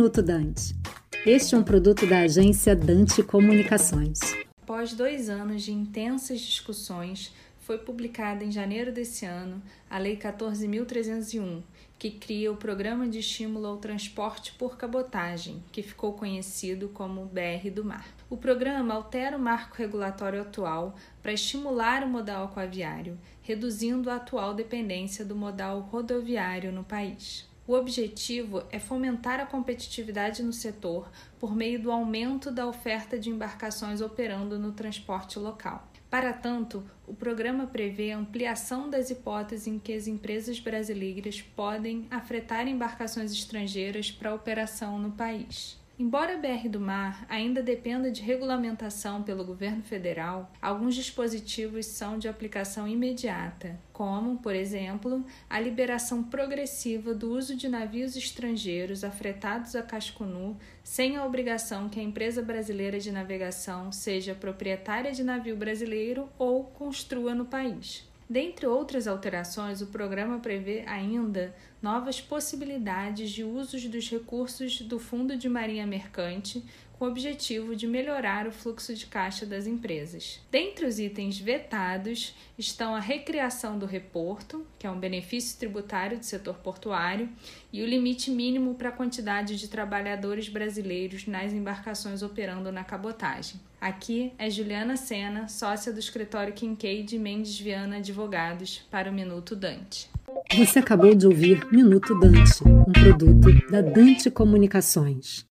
Minuto Dante. Este é um produto da agência Dante Comunicações. Após 2 anos de intensas discussões, foi publicada em janeiro desse ano a Lei 14.301, que cria o Programa de Estímulo ao Transporte por Cabotagem, que ficou conhecido como BR do Mar. O programa altera o marco regulatório atual para estimular o modal aquaviário, reduzindo a atual dependência do modal rodoviário no país. O objetivo é fomentar a competitividade no setor por meio do aumento da oferta de embarcações operando no transporte local. Para tanto, o programa prevê a ampliação das hipóteses em que as empresas brasileiras podem afretar embarcações estrangeiras para operação no país. Embora a BR do Mar ainda dependa de regulamentação pelo governo federal, alguns dispositivos são de aplicação imediata, como, por exemplo, a liberação progressiva do uso de navios estrangeiros afretados a casco nu, sem a obrigação que a empresa brasileira de navegação seja proprietária de navio brasileiro ou construa no país. Dentre outras alterações, o programa prevê ainda novas possibilidades de usos dos recursos do Fundo de Marinha Mercante, com o objetivo de melhorar o fluxo de caixa das empresas. Dentre os itens vetados estão a recriação do reporto, que é um benefício tributário do setor portuário, e o limite mínimo para a quantidade de trabalhadores brasileiros nas embarcações operando na cabotagem. Aqui é Juliana Sena, sócia do escritório Kincaid Mendes Viana Advogados, para o Minuto Dante. Você acabou de ouvir Minuto Dante, um produto da Dante Comunicações.